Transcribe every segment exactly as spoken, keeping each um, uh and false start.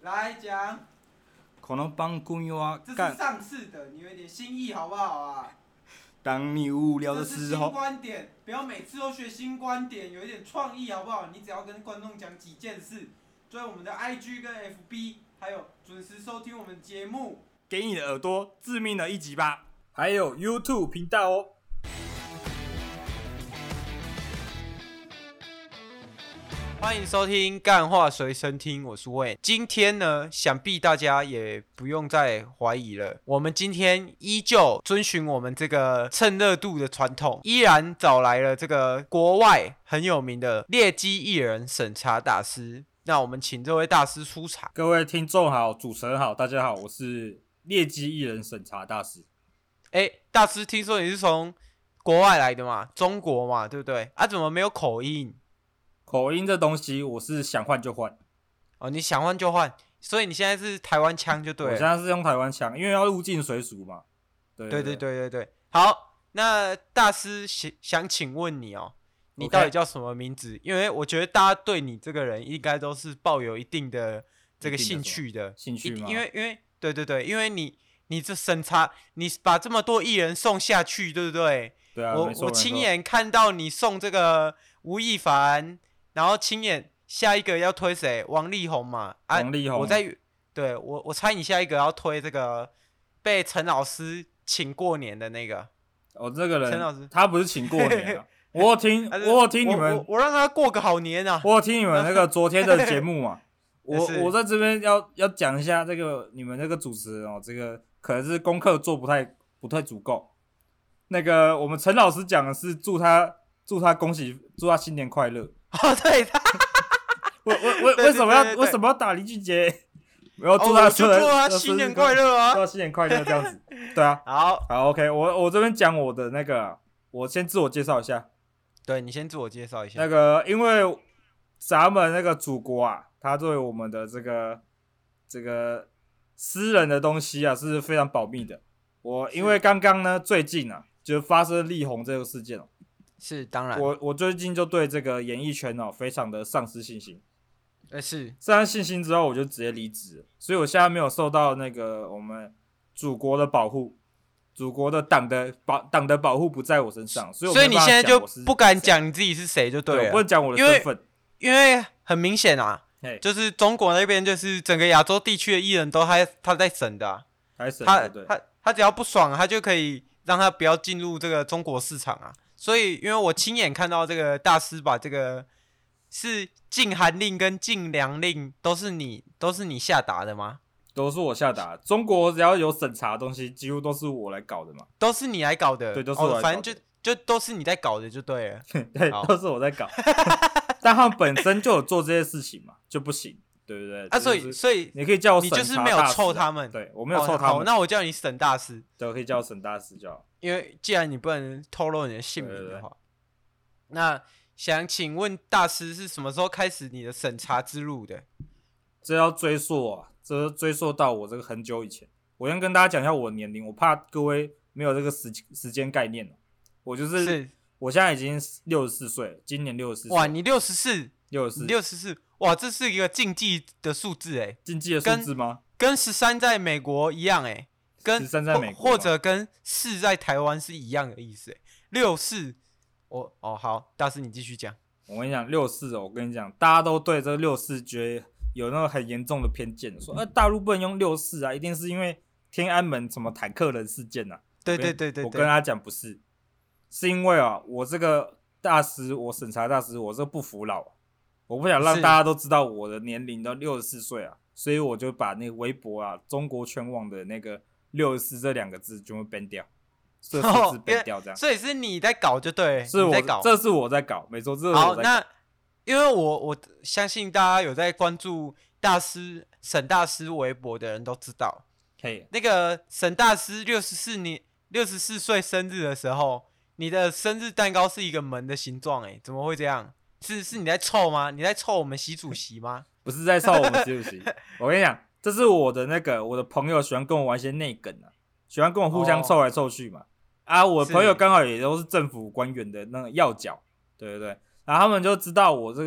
来讲。 可能帮朋友啊， 这是上次的，你有一点新意好不好啊？ 当你无聊的这是时候， 新观点，不要每次都学新观点，有一点创意好不好？你只要跟观众讲几件事，追我们的 I G 跟 F B， 还有准时收听我们节目， 给你的耳朵致命的一击吧！还有 YouTube 频道哦。 欢迎收听干话随身听，我是 Wayne。今天呢，想必大家也不用再怀疑了，我们今天依旧遵循我们这个蹭热度的传统，依然找来了这个国外很有名的劣迹艺人审查大师。那我们请这位大师出场。 各位听众好，主持人好，大家好，我是劣迹艺人审查大师。 哎，大师，听说你是从国外来的嘛，中国嘛，对不对？啊，怎么没有口音？ 口音这东西，我是想换就换。 哦，你想换就换，所以你现在是台湾腔就对了。 我现在是用台湾腔，因为要入境随俗嘛。对对对对对对。好，那大师想想请问你哦，你到底叫什么名字？ Okay. 因为我觉得大家对你这个人应该都是抱有一定的这个兴趣的。 兴趣吗？ 因为因为对对对，因为你你这审查，你把这么多艺人送下去，对不对？ 对啊， 我我亲眼看到你送这个吴亦凡。然后亲眼下一个要推谁？王力宏嘛，啊， 王力宏。 我在对我我猜你下一个要推这个被陈老师请过年的那个。 哦，这个人陈老师他不是请过年啊，我有听我有听你们我，我让他过个好年啊。 我有听你们那个昨天的节目嘛，我我在这边要要讲一下这个你们那个主持人哦，这个可能是功课做不太不太足够。那个我们陈老师讲的是祝他祝他恭喜祝他新年快乐。 哦，对，他为为为为什么要为什么要打林俊杰？没有祝他、 哦、就祝他新年快乐啊！ 祝他新年快乐这样子，对啊。 好， 好 ，OK， 我我这边讲我的那个，我先自我介绍一下。 对，你先自我介绍一下。 那个，因为咱们那个祖国啊，它对我们的这个这个私人的东西啊是非常保密的。我因为刚刚呢，最近啊，就发生力宏这个事件哦。 是当然， 我我最近就对这个演艺圈哦非常的丧失信心。 呃，是丧失信心之后，我就直接离职了，所以我现在没有受到那个我们祖国的保护，祖国的党的保党的保护不在我身上，所以我所以你现在就不敢讲你自己是谁就对了， 对，我不能讲我的身份， 因为因为很明显啊，就是中国那边就是整个亚洲地区的艺人都他他在审的、啊， 还审他对他他只要不爽，他就可以让他不要进入这个中国市场啊。所以，因为我亲眼看到这个大师把这个是禁韩令跟禁粮令都是你都是你下达的吗？ 都是我下达的。中国只要有审查的东西，几乎都是我来搞的嘛。 都是你来搞的， 对，都是我来搞的。 哦、反正就就都是你在搞的，就对了。 对，都是我在搞。但他们本身就有做这些事情嘛，就不行，对不对？ 啊，所以、 就是、 所以你可以叫我审查大师、啊、 你就是没有臭他们， 对我没有臭他们。 哦、好，那我叫你沈大师。 对，我可以叫我沈大师就好。 因为既然你不能透露你的姓名的话，对对对，那想请问大师是什么时候开始你的审查之路的？ 这要追溯啊，这要追溯到我这个很久以前。我先跟大家讲一下我的年龄，我怕各位没有这个时时间概念。我就是，是我现在已经六十四岁了，今年六十四岁。 哇，你六十四， 六十四， 六十四，哇，这是一个竞技的数字哎， 竞技的数字吗？ 跟十三在美国一样哎。跟十三在美国， 或者跟四在台湾是一样的意思。六四，我哦好，大师你继续讲。 我跟你讲，六四哦，我跟你讲，大家都对这个六四觉得有那个很严重的偏见，说，呃，大陆不能用六四啊，一定是因为天安门什么坦克人事件啊。 对对对对对， 我跟他讲不是，是因为啊，我这个大师，我审查大师，我这个不服老，我不想让大家都知道我的年龄到六十四岁啊，所以我就把那个微博啊，中国全网的那个。六十四这两个字就会 ban 掉，这数字 ban 掉这样、哦， 所以是你在搞就对了， 是我在搞， 这是我在搞，没错，这是我在搞。 好，那因为我我相信大家有在关注大师沈大师微博的人都知道，那个沈大师六十四年六十四岁生日的时候，你的生日蛋糕是一个门的形状，哎，怎么会这样？是是你在凑吗？你在凑我们习主席吗？ 不是在凑我们习主席，我跟你讲。这是我的那个我的朋友喜欢跟我玩一些内梗啊，喜欢跟我互相凑来凑去嘛。哦、啊，我的朋友刚好也都是政府官员的那个要角，对对对，然后他们就知道我这个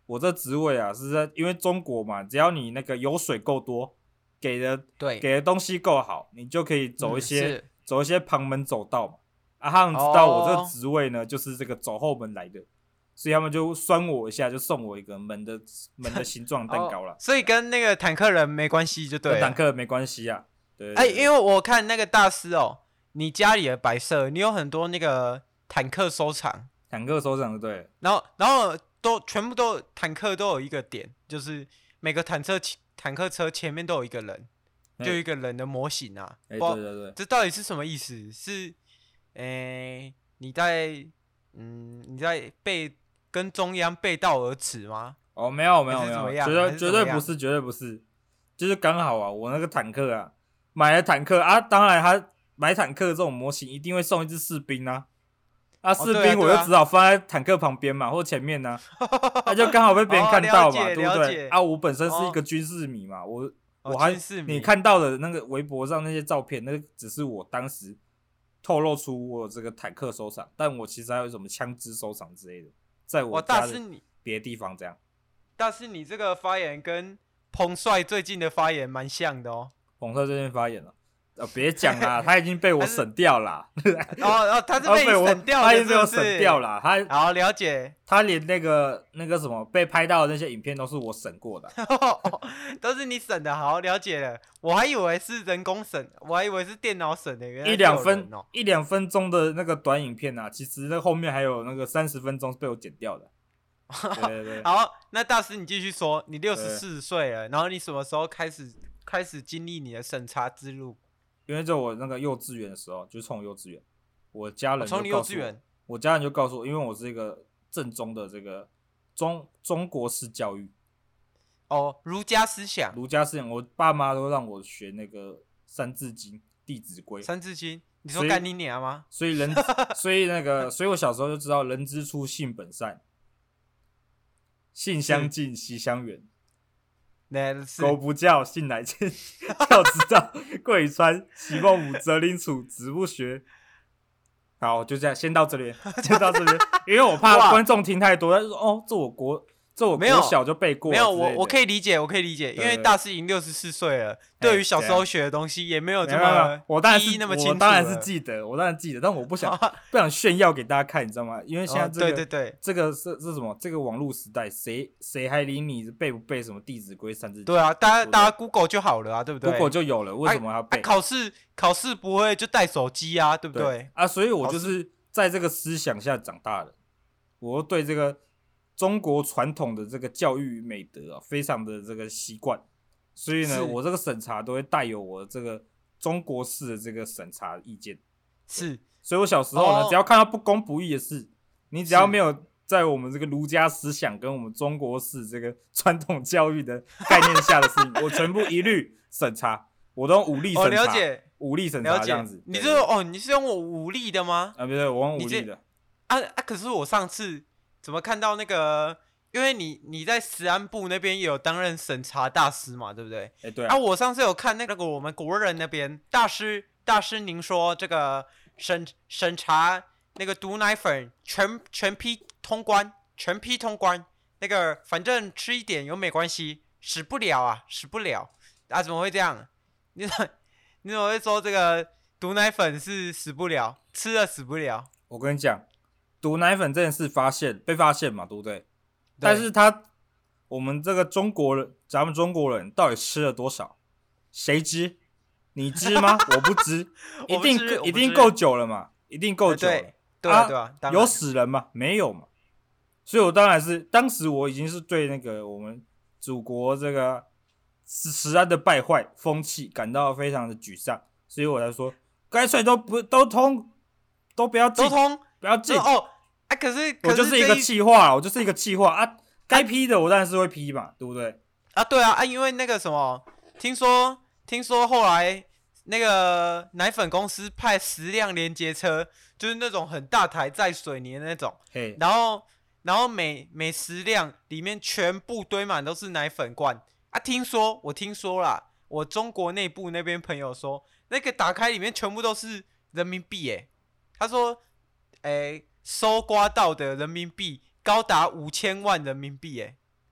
我这职位啊是在因为中国嘛，只要你那个油水够多，给的对， 给的东西够好，你就可以走一些、 嗯、 走一些旁门左道嘛。啊，他们知道我这个职位呢，哦、就是这个走后门来的，所以他们就酸我一下，就送我一个门的门的形状蛋糕了、 哦。所以跟那个坦克人没关系，就对了。 跟坦克人没关系啊。对, 对, 对。 哎、欸，因为我看那个大师哦，你家里的摆设，你有很多那个坦克收藏。 坦克收藏对。 然后，然后都全部都坦克都有一个点，就是每个坦克坦克车前面都有一个人，就有一个人的模型啊。 哎、欸，对对对。 这到底是什么意思？是。诶、欸，你在嗯，你在背跟中央背道而驰吗？ 哦，没有没有没有，绝对绝对不是，绝对不是，就是刚好啊，我那个坦克啊，买了坦克啊，当然他买坦克这种模型一定会送一支士兵啊，啊士兵我就只好放在坦克旁边嘛，或前面呢、啊，那、啊、就刚好被别人看到嘛， 哦、 对不对？啊，我本身是一个军事迷嘛，我哦、 我还哦、 你看到的那个微博上那些照片，那只是我当时。透露出我有这个坦克收藏，但我其实还有什么枪支收藏之类的，在我家的别的地方这样。 但是你这个发言跟彭帅最近的发言蛮像的哦。 彭帅最近发言了，呃，别讲啦，他已经被我省掉啦。 哦哦，他是被你省掉的， 他已经被我省掉啦。他好了解， 他连那个那个什么被拍到的那些影片都是我审过的， 都是你审的。好了解了，我还以为是人工审，我还以为是电脑审的。原来、哦、 一两分一两分钟的那个短影片啊，其实那后面还有那个三十分钟是被我剪掉的。对对对。 好，那大师你继续说，你六十四岁了，然后你什么时候开始开始经历你的审查之路？ 因为在我那个幼稚园的时候，就是从幼稚园，我家人就从你幼稚园， 我家人就告诉我，因为我是一个正宗的这个中中国式教育， 哦，儒家思想， 儒家思想，我爸妈都让我学那个《三字经》《弟子规》。 三字经，你说干你娘吗？ 所以人，所以那个，所以我小时候就知道，人之初性本善，性相近，习相远。狗不教，性乃迁。要知道，贵川席梦寤、择邻处，子不学。好，就这样，先到这边，先到这边，因为我怕观众听太多，他就说：“哦，这我国，这我国小就背过。” 没有，我我可以理解，我可以理解，因为大师已经六十四岁了，对于小时候学的东西也没有这么我当然是那么清楚。 我当然是记得，我当然记得，但我不想不想炫耀给大家看，你知道吗？因为现在这个、 哦、对对对， 这个是是什么？这个网络时代，谁谁还理你背不背什么《弟子规》《三字经》？ 对啊，大家大家 Google 就好了啊，对不对 ？Google 就有了，为什么要背？ 啊啊、考试考试不会就带手机啊，对不对？ 对啊，所以我就是在这个思想下长大的，我对这个中国传统的这个教育美德啊，非常的这个习惯，所以呢，我这个审查都会带有我这个中国式的这个审查意见。 是， 所以我小时候呢，哦、只要看到不公不义的事，你只要没有在我们这个儒家思想跟我们中国式这个传统教育的概念下的事情，我全部一律审查，我都用武力审查。 哦，了解。 武力审查这样子， 你这哦，你是用我武力的吗？ 啊，不对，我用武力的。 啊啊！可是我上次怎么看到那个？因为你你在食安部那边也有担任审查大师嘛，对不对？ 哎，对啊。 啊，我上次有看那个我们国人那边大师大师，您说这个审审查那个毒奶粉全全批通关，全批通关，那个反正吃一点又没关系，死不了啊，死不了啊！怎么会这样？你怎么？你怎么会说这个毒奶粉是死不了，吃了死不了？ 我跟你讲，毒奶粉这件事发现被发现嘛，对不对？对，但是他我们这个中国人，咱们中国人到底吃了多少？谁知？你知吗？我不知，一定一定够久了嘛，一定够久了。 对对啊，对啊， 啊有死人吗？没有嘛。所以我当然是，当时我已经是对那个我们祖国这个食安的败坏风气感到非常的沮丧，所以我才说，干脆都不都通，都不要进， 都通， 不要进哦。啊，可是我就是一个企划，我就是一个企划啊，该批的我当然是会批嘛，对不对？ 啊，对啊，啊，因为那个什么，听说听说后来那个奶粉公司派十辆连接车，就是那种很大台载水泥的那种， 嘿， 然后然后每每十辆里面全部堆满都是奶粉罐。啊，听说我听说啦，我中国内部那边朋友说，那个打开里面全部都是人民币诶。他说，诶，收刮到的人民币高达五千万人民币诶。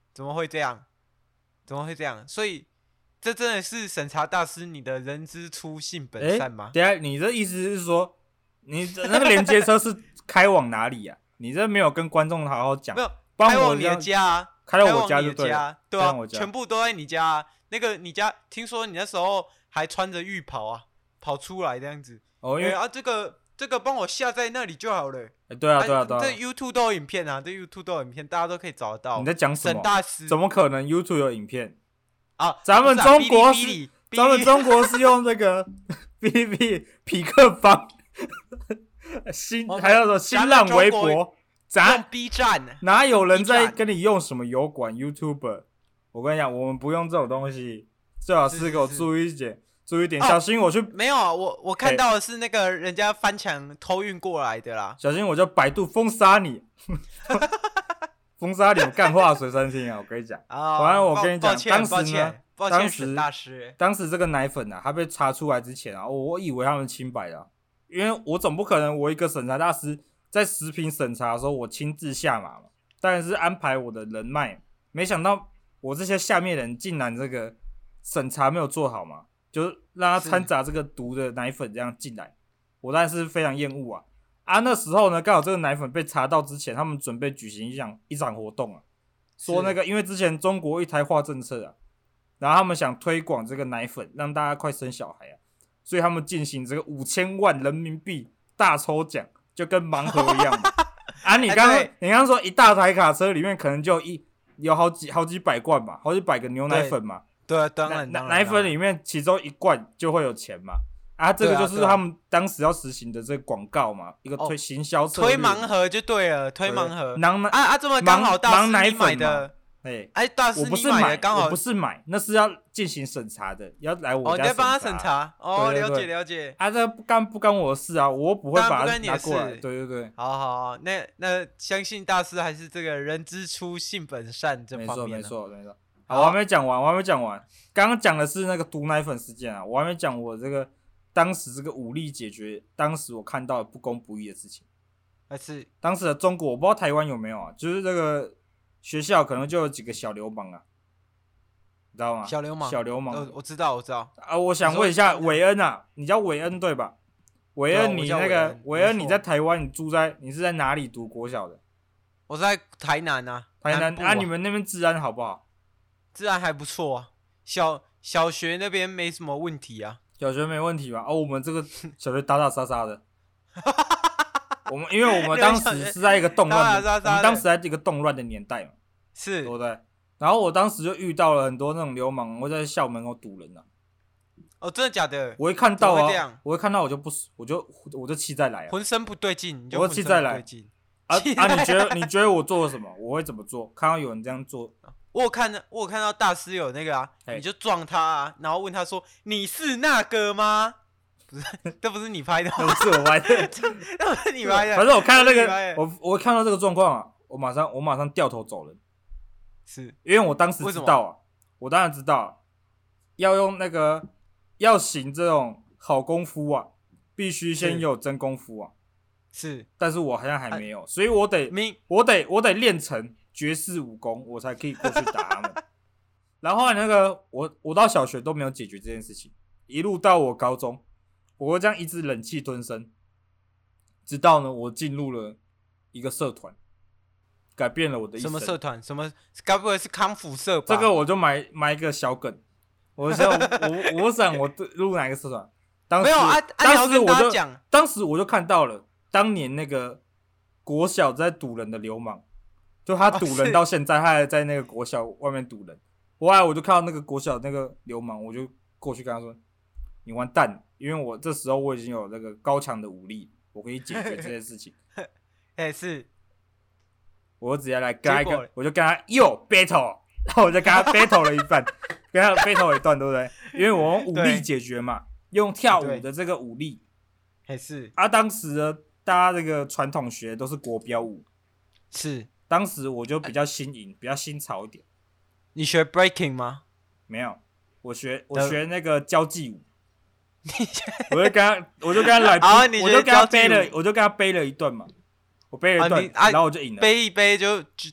怎么会这样？怎么会这样？所以这真的是审查大师你的人之初性本善吗？ 等一下，你的意思是说，你那个连接车是开往哪里啊？你这没有跟观众好好讲。 没有， 帮开往你的我这样家啊， 开到我往你的家就对了， 家，对啊开往我，家全部都在你家啊。那个你家，听说你那时候还穿着浴袍啊，跑出来这样子。 哦，因为、 欸、啊，这个这个帮我下在那里就好了。 欸、对啊对啊对啊， 这 YouTube 都有影片啊，这 YouTube 都有影片，大家都可以找得到。 你在讲什么？ 沈大师怎么可能 YouTube 有影片啊？ 咱们中国是， 哔哩哔哩咱们中国是用这个哔哩哔哩、匹克邦、新还有什么新浪微博，咱用 B 站哪有人在跟你用什么油管 YouTuber？ 我跟你讲，我们不用这种东西，最好是给我注意一点。注意点，小心我去、哦、 没有啊，我我看到的是那个人家翻墙偷运过来的啦。 小心我就百度封杀你，封杀你！我干话随身听啊！我跟你讲， 哦、 反正我跟你讲，当时呢， 当时大师， 当时这个奶粉啊，它被查出来之前啊，我以为他们清白的、啊，因为我总不可能我一个审查大师在食品审查的时候我亲自下马嘛，当然是安排我的人脉，没想到我这些下面人竟然这个审查没有做好嘛。就是让他掺杂这个毒的奶粉这样进来，我当然是非常厌恶啊！啊，那时候呢，刚好这个奶粉被查到之前，他们准备举行一场一场活动啊，说那个因为之前中国一胎化政策啊，然后他们想推广这个奶粉，让大家快生小孩啊，所以他们进行这个五千万人民币大抽奖，就跟盲盒一样嘛。啊，你刚刚、欸、你刚刚说一大台卡车里面可能就一有好几好几百罐嘛，好几百个牛奶粉嘛。 对啊，当然，当然， 奶粉里面其中一罐就会有钱嘛，啊，这个就是他们当时要实行的这个广告嘛，一个推行销策略， 推盲盒就对了，推盲盒， 囊啊啊，这么刚好大师你买的， 哎哎，大师你买的刚好， 我不是买，那是要进行审查的，要来我家审查， 哦，你在帮他审查，哦，了解了解， 啊，这不干不干我的事啊，我不会把它拿过来，对对对， 好好好，那那相信大师还是这个人之初性本善这方面， 没错没错没错。好，我还没讲完，我还没讲完。刚刚讲的是那个毒奶粉事件啊，我还没讲我这个当时这个武力解决，当时我看到的不公不义的事情。 还是当时的中国，我不知道台湾有没有啊，就是这个学校可能就有几个小流氓啊，你知道吗？ 小流氓， 小流氓、 呃，我知道，我知道。 啊，我想问一下韦恩啊，你叫韦恩对吧？韦恩，你那个韦恩，你在台湾，你住在你是在哪里读国小的？ 我在台南啊， 台南 啊, 啊， 你们那边治安好不好？ 治安还不错啊，小小学那边没什么问题啊。 小学没问题吧？哦，我们这个小学打打杀杀的。我们因为我们当时是在一个动乱的，我们当时在一个动乱的年代嘛， 是， 对不对？然后我当时就遇到了很多那种流氓，会在校门口堵人啊。 哦，真的假的？ 我一看到啊，我一看到我就不，我就我就气再来啊， 浑身不对劲， 我就气再来。啊啊！你觉得你觉得我做了什么？我会怎么做？看到有人这样做。 我有看，我有看到大师有那个啊，你就撞他啊，然后问他说：“你是那个吗？”不是，这不是你拍的， 不是我拍的， 这不是你拍的。 反正我看到那个，我我看到这个状况啊，我马上我马上掉头走人， 是因为我当时知道啊，我当然知道、啊，要用那个要行这种好功夫啊，必须先有真功夫啊， 是， 但是我好像还没有，所以我得我得我得练成绝世武功，我才可以过去打他们。然后那个我我到小学都没有解决这件事情，一路到我高中，我会这样一直忍气吞声，直到呢我进入了一个社团，改变了我的一生。 什么社团？什么？该不会是康复社吧？ 这个我就埋埋一个小梗。我想我我想我入哪个社团？当时没有啊， 当时我就讲， 当时我就看到了当年那个国小在堵人的流氓，就他堵人到现在，他还在那个国小外面堵人。后来我就看到那个国小那个流氓，我就过去跟他说：“你完蛋了！”因为我这时候我已经有那个高强的武力，我可以解决这件事情。 哎、欸，是， 我直接来跟他一个，我就跟他又 battle， 然后我就跟他 battle 了一番，跟他 battle 一段，对不对？因为我用武力解决嘛，用跳舞的这个武力。 还是啊，当时呢，大家这个传统学都是国标舞， 是。 当时我就比较新颖，比较新潮一点。 你学 breaking 吗？ 没有，我学我学那个交际舞。我就跟他，我就跟他来， 啊、 我就跟他背了，我就跟他背了一段嘛。我背了一段，啊、然后我就赢了。 背一背就就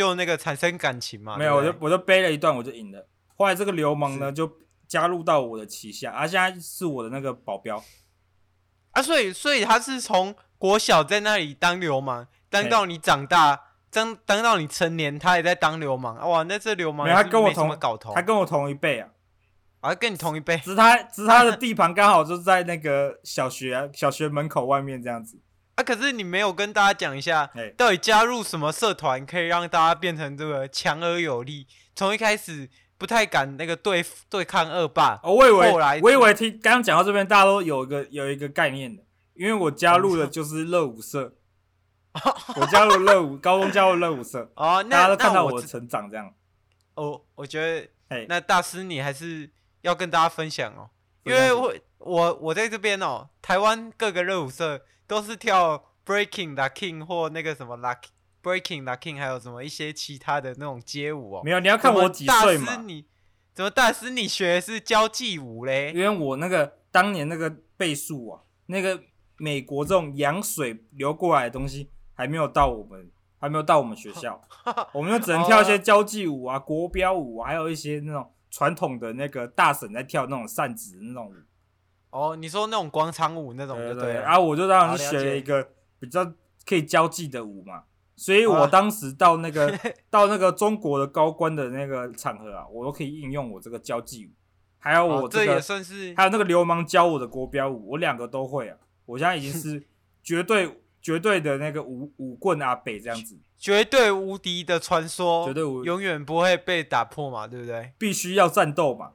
就那个产生感情嘛。 没有，我对不对就我就背了一段我就赢了。后来这个流氓呢是就加入到我的旗下，啊，现在是我的那个保镖。 啊，所以所以他是从国小在那里当流氓，当到你长大，当当到你成年，他也在当流氓。哇，那这流氓没有，他跟我没什么同搞头， 他跟我同一辈啊， 啊，跟你同一辈只是他只是他的地盘刚好就在那个小学啊小学门口外面这样子。 啊。可是你没有跟大家讲一下哎， 到底加入什么社团可以让大家变成这个强而有力？从一开始不太敢那个对对抗恶霸， 哦，我以为后来我以为听刚刚讲到这边，大家都有一个有一个概念的，因为我加入的就是热舞社，我加入热舞，高中加入热舞社， 哦，那大家都看到那我知我的成长这样。 哦，我觉得哎， 那大师你还是要跟大家分享哦，因分享什么为我我我在这边哦，台湾各个热舞社都是跳 breaking locking 或那个什么 lock breaking locking， 还有什么一些其他的那种街舞哦。 没有，你要看我几岁嘛怎么大师？你怎么大师你学的是交际舞嘞？ 因为我那个当年那个倍数啊，那个美国这种洋水流过来的东西还没有到我们，还没有到我们学校，我们就只能跳一些交际舞啊、国标舞啊，还有一些那种传统的那个大婶在跳那种扇子的那种舞。 哦，你说那种广场舞那种对对对， 就对了。 然后我就当然是好了解学了一个比较可以交际的舞嘛，所以我啊当时到那个到那个中国的高官的那个场合啊，我都可以应用我这个交际舞，还有我哦这个， 也算是还有那个流氓教我的国标舞，我两个都会啊。我现在已经是绝对绝对的那个舞舞棍阿北这样子， 绝对无敌的传说， 绝对无永远不会被打破嘛，对不对？ 必须要战斗嘛。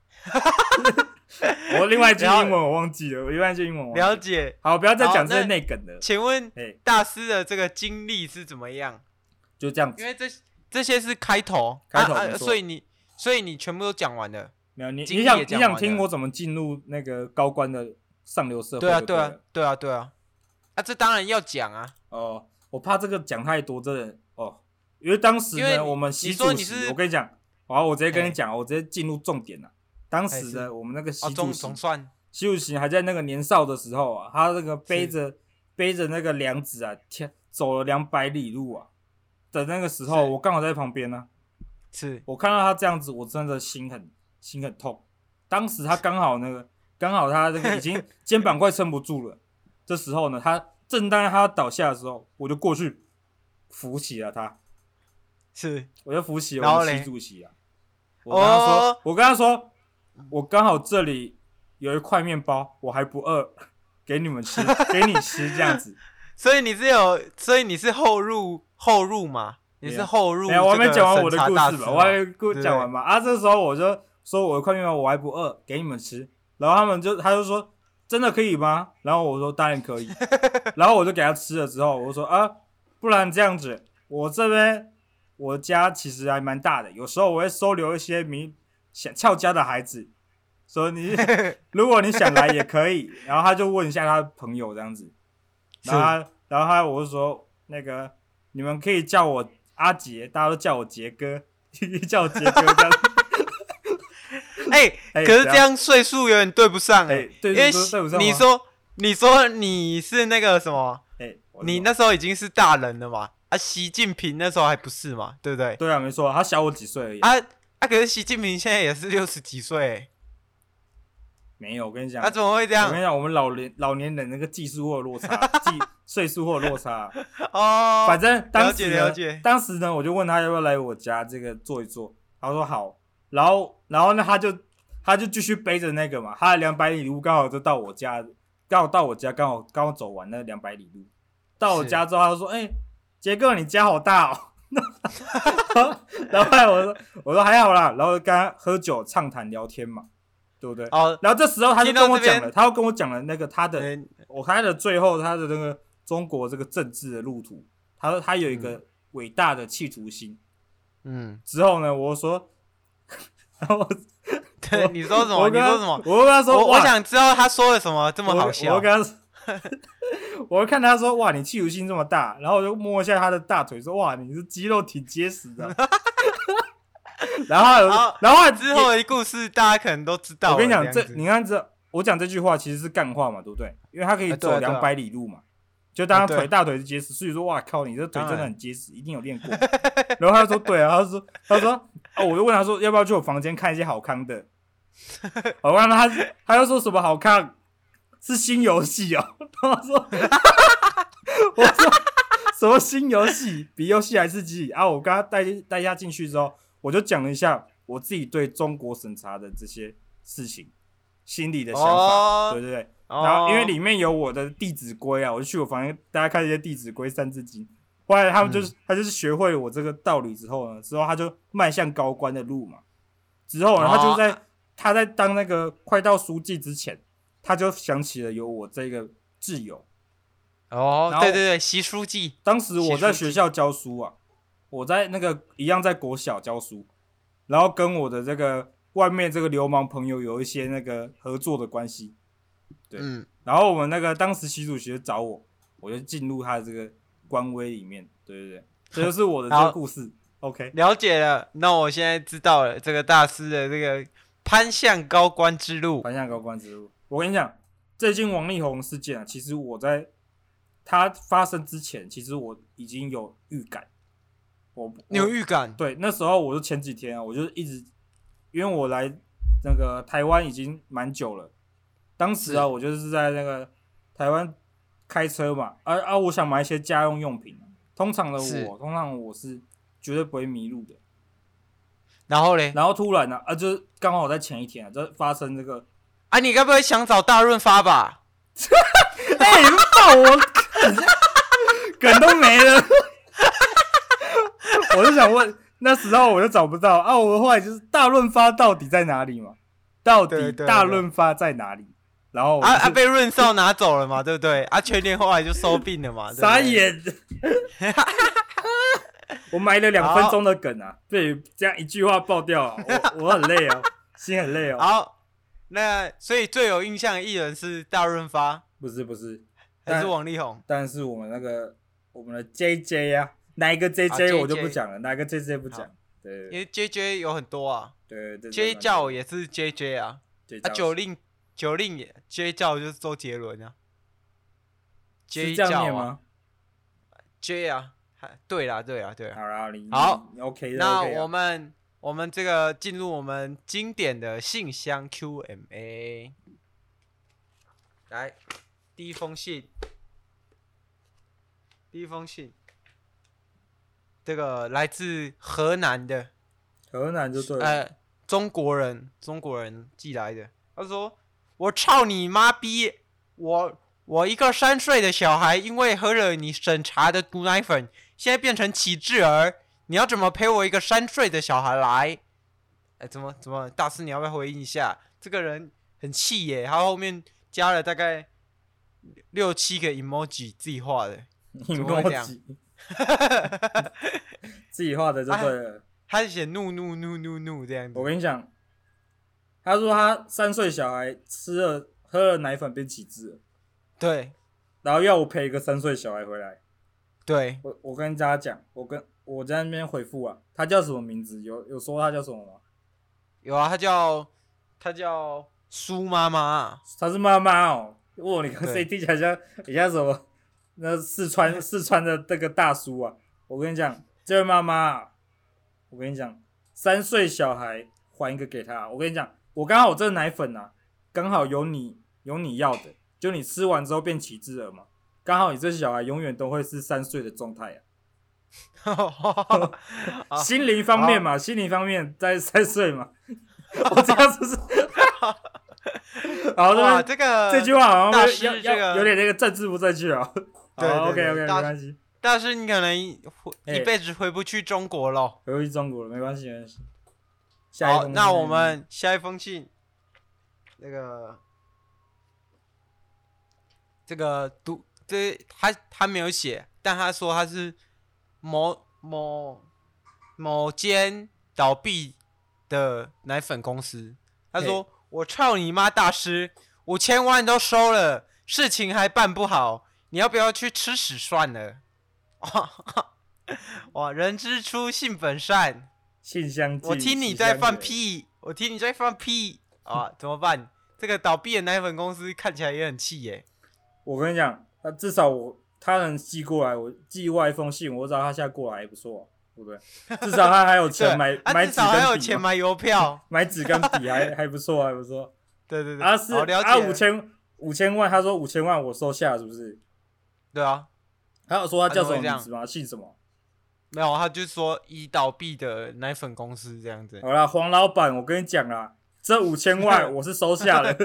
我另外一句英文我忘记了，我另外一句英文我忘记了解。 好，不要再好那讲这些内梗了。 请问哎， 大师的这个经历是怎么样？ 就这样子因，为这这些是开头，啊啊开头没错所以你所以你全部都讲完了。 没有你经历你想你也讲完了想听我怎么进入那个高官的上流社会？ 对啊，对啊对了， 对啊，对啊。啊，这当然要讲啊， 哦，我怕这个讲太多，真的哦，因为当时呢， 因为你我们习你主席， 说你是我跟你讲，好，我直接跟嘿你讲，我直接进入重点了。当时嘿是呢，我们那个习哦，总主席， 总算习主席还在那个年少的时候啊，他那个背着背着那个梁子啊，天走了两百里路啊的那个时候， 是我刚好在旁边呢、 是我看到他这样子，我真的心很心很痛。当时他刚好那个刚好他那个已经肩膀快撑不住了，这时候呢，他正当他倒下的时候，我就过去扶起了他， 是我就扶起了然后嘞我们习主席啊。我跟他说， 哦我跟他说，我刚好这里有一块面包，我还不饿，给你们吃，给你吃这样子。 所以你是有，所以你是后入后入嘛？你是后入没有，我还没讲完我的这个审查大师故事吧，我还没故对讲完嘛。啊，这时候我就说我的块面包我还不饿，给你们吃。然后他们就他就说真的可以吗？然后我说当然可以。然后我就给他吃了之后，我就说啊，不然这样子，我这边我家其实还蛮大的，有时候我会收留一些迷想翘家的孩子，所以你如果你想来也可以。然后他就问一下他的朋友这样子，然后他然后他我就说那个你们可以叫我阿杰，大家都叫我杰哥，叫我杰哥这样。 哎、 哎可是这样岁数有点对不上哎、 哎，对因为对对不上吗你说你说你是那个什么， 哎，我你那时候已经是大人了嘛？啊，习近平那时候还不是嘛？对不对？ 对啊，没错，他小我几岁而已。 啊啊，可是习近平现在也是六十几岁、欸， 没有，我跟你讲， 他、啊、怎么会这样我跟？你讲，我们老年老年人那个技术或有落差，技岁数或有落差。 哦， 反正当了解时呢了解， 当时呢，我就问他要不要来我家这个坐一坐，他说好。然后然后呢，他就他就继续背着那个嘛，他的两百里路刚好就到我家，刚好到我家，刚好刚好走完那两百里路。到我家之后，他就说：“哎、欸，杰哥，你家好大哦。”然后后来我说：“我说还好啦。”然后跟他喝酒畅谈聊天嘛，对不对？ 哦， 然后这时候他就跟我讲了， 听到这边他又跟我讲了那个他的， 嗯我他的最后他的那个中国这个政治的路途，他说他有一个伟大的企图心。 嗯， 之后呢，我说，然后对，你说什么？ 我跟他你说什么？ 我跟他说， 我我哇想知道他说了什么这么好我笑我。跟他说，我看他说哇，你企图心这么大，然后我就摸一下他的大腿，说哇，你是肌肉挺结实的。然后有， 好然后之后的故事大家可能都知道了。 我跟你讲，这样子你看这我讲这句话其实是干话嘛，对不对？因为他可以走啊对啊对啊两百里路嘛。 就当他对腿大腿是结实，所以说哇靠，你这腿真的很结实，一定有练过。然后他就说对啊，他说他说啊，我就问他说要不要去我房间看一些好康的。我问他，他又说什么好康？是新游戏哦。然后说，我说什么新游戏？比游戏还刺激啊！我跟他带带下进去之后，我就讲了一下我自己对中国审查的这些事情心里的想法， 哦、 对对对。 哦、 然后因为里面有我的《弟子规》啊，我就去我房间大家看一些《弟子规》《三字经》。后来他们就是、嗯、他就是学会我这个道理之后呢，之后他就迈向高官的路嘛。之后呢，他就在、哦、他在当那个快到书记之前，他就想起了有我这个挚友。 哦，对对对，习书记。 当时我在学校教书啊，我在那个一样在国小教书，然后跟我的这个外面这个流氓朋友有一些那个合作的关系。对，嗯，然后我们那个当时习主席找我，我就进入他的这个官微里面，对对对，这就是我的这个故事。OK， 了解了，那我现在知道了这个大师的这个攀向高官之路。 攀向高官之路，我跟你讲，最近王力宏事件啊，其实我在它发生之前，其实我已经有预感。我你有预感？ 对，那时候我就前几天啊，我就一直，因为我来那个台湾已经蛮久了。当时啊，我就是在那个台湾开车嘛，啊啊，我想买一些家用用品。通常的我，通常我是绝对不会迷路的。 然后嘞， 然后突然呢、啊，啊，就是刚好在前一天啊，就发生这个。 啊，你该不会想找大润发吧？ 哎、欸，你们爆我，梗都没了。我就想问，那时候我就找不到啊，我后来就是大润发到底在哪里嘛？到底大润发在哪里？然后啊啊被润少拿走了嘛，对不对？啊全年后来就收并了嘛， 傻眼。我埋了两分钟的梗啊，被这样一句话爆掉啊，我我很累啊，心很累哦。 好，那所以最有印象的艺人是大润发， 不是不是， 还是王力宏？ 但是我们那个我们的 J J 啊，哪一个 J J 我就不讲了，哪一个 J J 不讲。对， 因为 J J 有很多啊， 对对 ，J 教也是 J J 啊，啊九令九令也 J 教就是周杰伦啊 ，J 教啊 ，J 啊，对啦对啦对啦， 好啦，你好你 OK 的， 那 OK 我们我们这个进入我们经典的信箱 Q and A， 来第一封信，第一封信。这个来自河南的， 河南就对了， 呃，中国人，中国人寄来的。他说：“我操你妈逼！我我一个三岁的小孩，因为喝了你审查的毒奶粉，现在变成启智儿。你要怎么陪我一个三岁的小孩来？哎，怎么怎么，大师你要不要回应一下？这个人很气耶，他后面加了大概六七个 emoji 自己画的，怎么会这样？” 自己画的就对了， 他写怒怒怒怒怒这样子。 我跟你讲，他说他三岁小孩吃了喝了奶粉变启智了， 对， 然后要我陪一个三岁小孩回来， 对， 我我跟大家讲，我跟我在那边回复啊，他叫什么名字？有有说他叫什么吗？ 有啊，他叫他叫苏妈妈， 他是妈妈哦。哇，你看谁听起来像你像什么？那四川四川的那个大叔啊，我跟你讲，这位妈妈、啊，我跟你讲，三岁小孩还一个给他。我跟你讲，我刚好我这个奶粉啊，刚好有你有你要的，就你吃完之后变启智了嘛，刚好你这小孩永远都会是三岁的状态啊。心灵方面嘛，心灵方面在三岁嘛，我这样子是。好， 哇，这个这句话好像要要、这个、 有点那个政治不正确啊。 对 ，OK OK， 没关系。 但是你可能一辈子回不去中国了。 回不去中国了，没关系，没关系。 好，那我们下一封信，那个这个读这他他没有写，但他说他是某某某间倒闭的奶粉公司。他说：“我操你妈，大师，五千万都收了，事情还办不好。”你要不要去吃屎算了？哇，人之初性本善， 性相近。 我听你在放屁，我听你在放屁啊！怎么办？这个倒闭的奶粉公司看起来也很气耶。 我跟你讲，至少我他能寄过来，我寄过来一封信，我知道他现在过来还不错、啊，对不对？至少他还有钱买买纸跟笔， 至少还有钱买邮票， 买纸跟笔还还不错，还不错。 对对对， 啊是了解啊五千五千万，他说五千万我收下，是不是？ 对啊， 他有说他叫什么名字吗？姓什么？ 没有，他就说已倒闭的奶粉公司这样子。 好啦，黄老板，我跟你讲啦，这五千万我是收下了。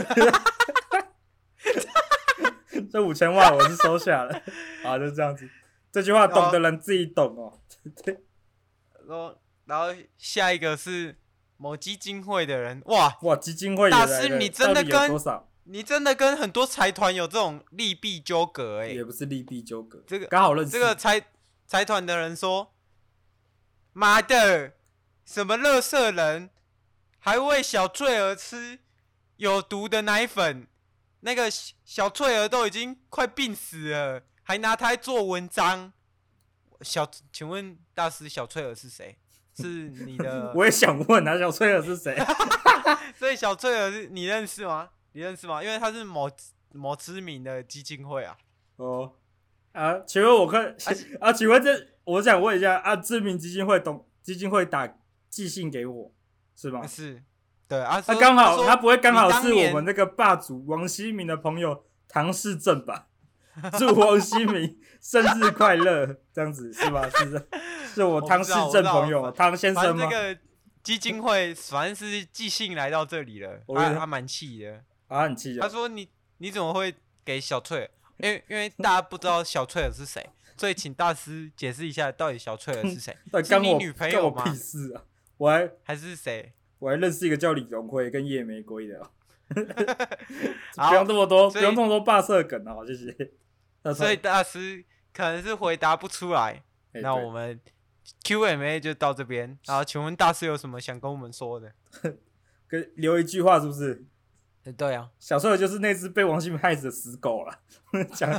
这五千万我是收下了，啊，就这样子。这句话懂的人自己懂哦。 然后，然后下一个是某基金会的人，哇哇，基金会也大来了师，你真的到底有跟多少？ 你真的跟很多财团有这种利弊纠葛哎， 也不是利弊纠葛， 这个刚好认识。 这个财财团的人说，妈的，什么垃圾人，还喂小翠儿吃有毒的奶粉，那个小翠儿都已经快病死了，还拿它做文章。小，请问大师，小翠儿是谁？是你的？ 我也想问啊，小翠儿是谁？ 所以小翠儿是你认识吗？你认识吗？因为他是某某知名的基金会啊。 哦啊，请问我看啊，请问这我想问一下啊，知名基金会董基金会打寄信给我是吗？ 是，对啊。 他刚好他不会刚好是你当年我们那个霸主王希明的朋友唐氏正吧？祝王希明生日快乐，这样子是吧？是是，是我汤氏正朋友汤先生吗？ 反正这个基金会反正是寄信来到这里了，他他蛮气的， 啊，很气的。 他说你你怎么会给小翠儿？因为因为大家不知道小翠儿是谁，所以请大师解释一下，到底小翠儿是谁？是你女朋友吗？ 干我屁事啊！我还还是谁？ 我还认识一个叫李荣辉跟叶玫瑰的、喔。不用这么多，不用这么多霸色梗哦，谢谢。 所以大师可能是回答不出来，欸、那我们 Q and A 就到这边。然后，请问大师有什么想跟我们说的？ 跟留一句话是不是？ 欸、对啊， 小翠儿就是那只被王希明害死的死狗了。讲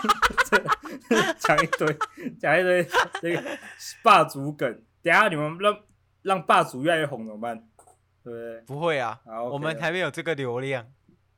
讲一堆，讲一堆那个霸主梗。等一下你们让让霸主越来越红怎么办？对不对？ 不会啊， okay、 我们还没有这个流量。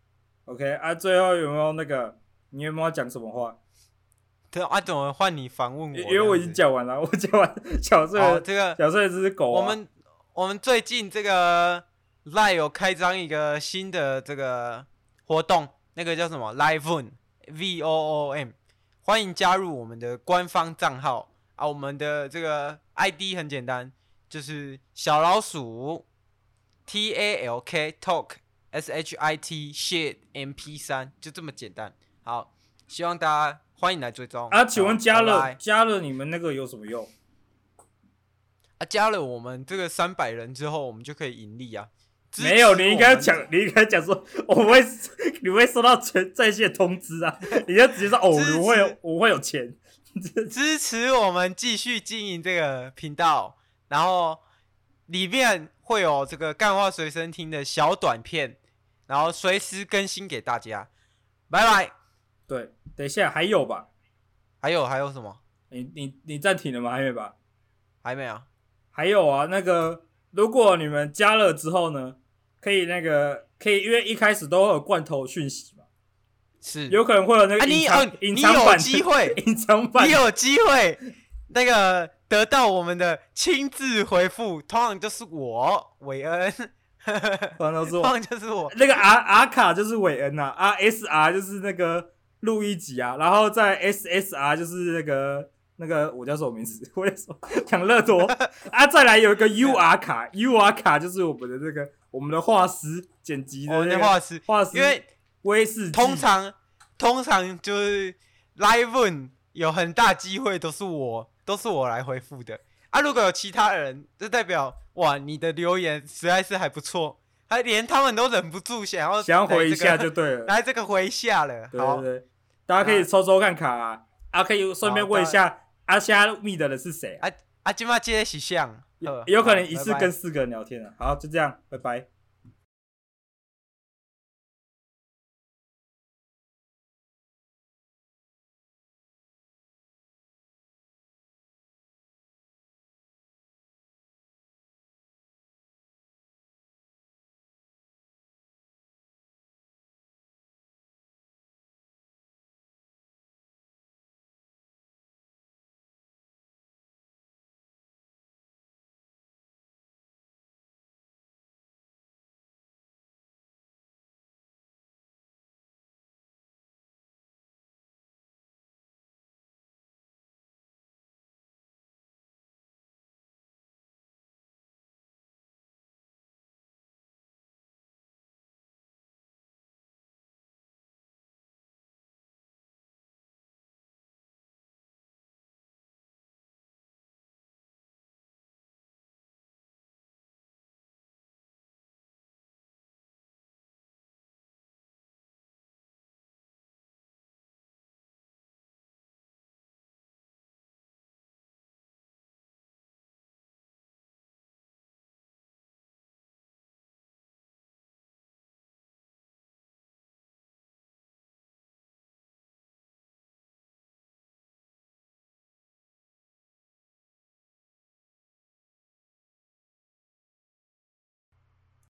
OK 啊，最后有没有那个？你有没有讲什么话？ 对啊，怎么换你反问我？ 因为我已经讲完了，我讲完小翠儿、 哦，这个小翠儿这只狗、啊。 我们我们最近这个 Line 有开张一个新的这个活动，那个叫什么 Live V O O M， 欢迎加入我们的官方账号啊！我们的这个 I D 很简单，就是小老鼠 T A L K Talk S H I T Shit M P 三， 就这么简单。好，希望大家欢迎来追踪啊！请问加了加了你们那个有什么用？ 啊，加了我们这个三百人之后，我们就可以盈利啊！ 没有，你应该讲，你应该讲说，我会，你会收到全在线通知啊！你就直接说哦，我会有，我会有钱， 支持我们继续经营这个频道，然后里面会有这个干话随身听的小短片，然后随时更新给大家。拜拜。 对，等一下还有吧？ 还有还有什么？ 你你你暂停了吗？还没吧？ 还没啊？ 还有啊，那个如果你们加了之后呢，可以那个可以，因为一开始都会有罐头讯息嘛， 是有可能会有那个隐藏隐、啊、藏版， 你有机会， 隐藏版， 你有机会那个得到我们的亲自回复，通常就是我韦恩。 通常都是我， 通常就是我。 那个 R R 卡就是韦恩啊 ，R S R 就是那个录一集啊，然后在 S S R 就是那个那个我叫什么名字？我叫什么？养乐多啊！再来有一个 U R 卡 ，U R 卡就是我们的这个我们的画师剪辑的、那個， 我们的画师， 画师， 因为威士忌通常通常就是 Live 有很大机会都是我都是我来回复的啊。如果有其他人，就代表哇，你的留言实在是还不错，还连他们都忍不住想要、 这個、想要回一下就对了， 来这个回一下了。 对对对，大家可以抽抽看卡啊，啊可以顺便问一下。啊，现在密的人是谁？ 啊啊，今麦接的是像， 有有可能一次跟四个人聊天啊。好，就这样，拜拜。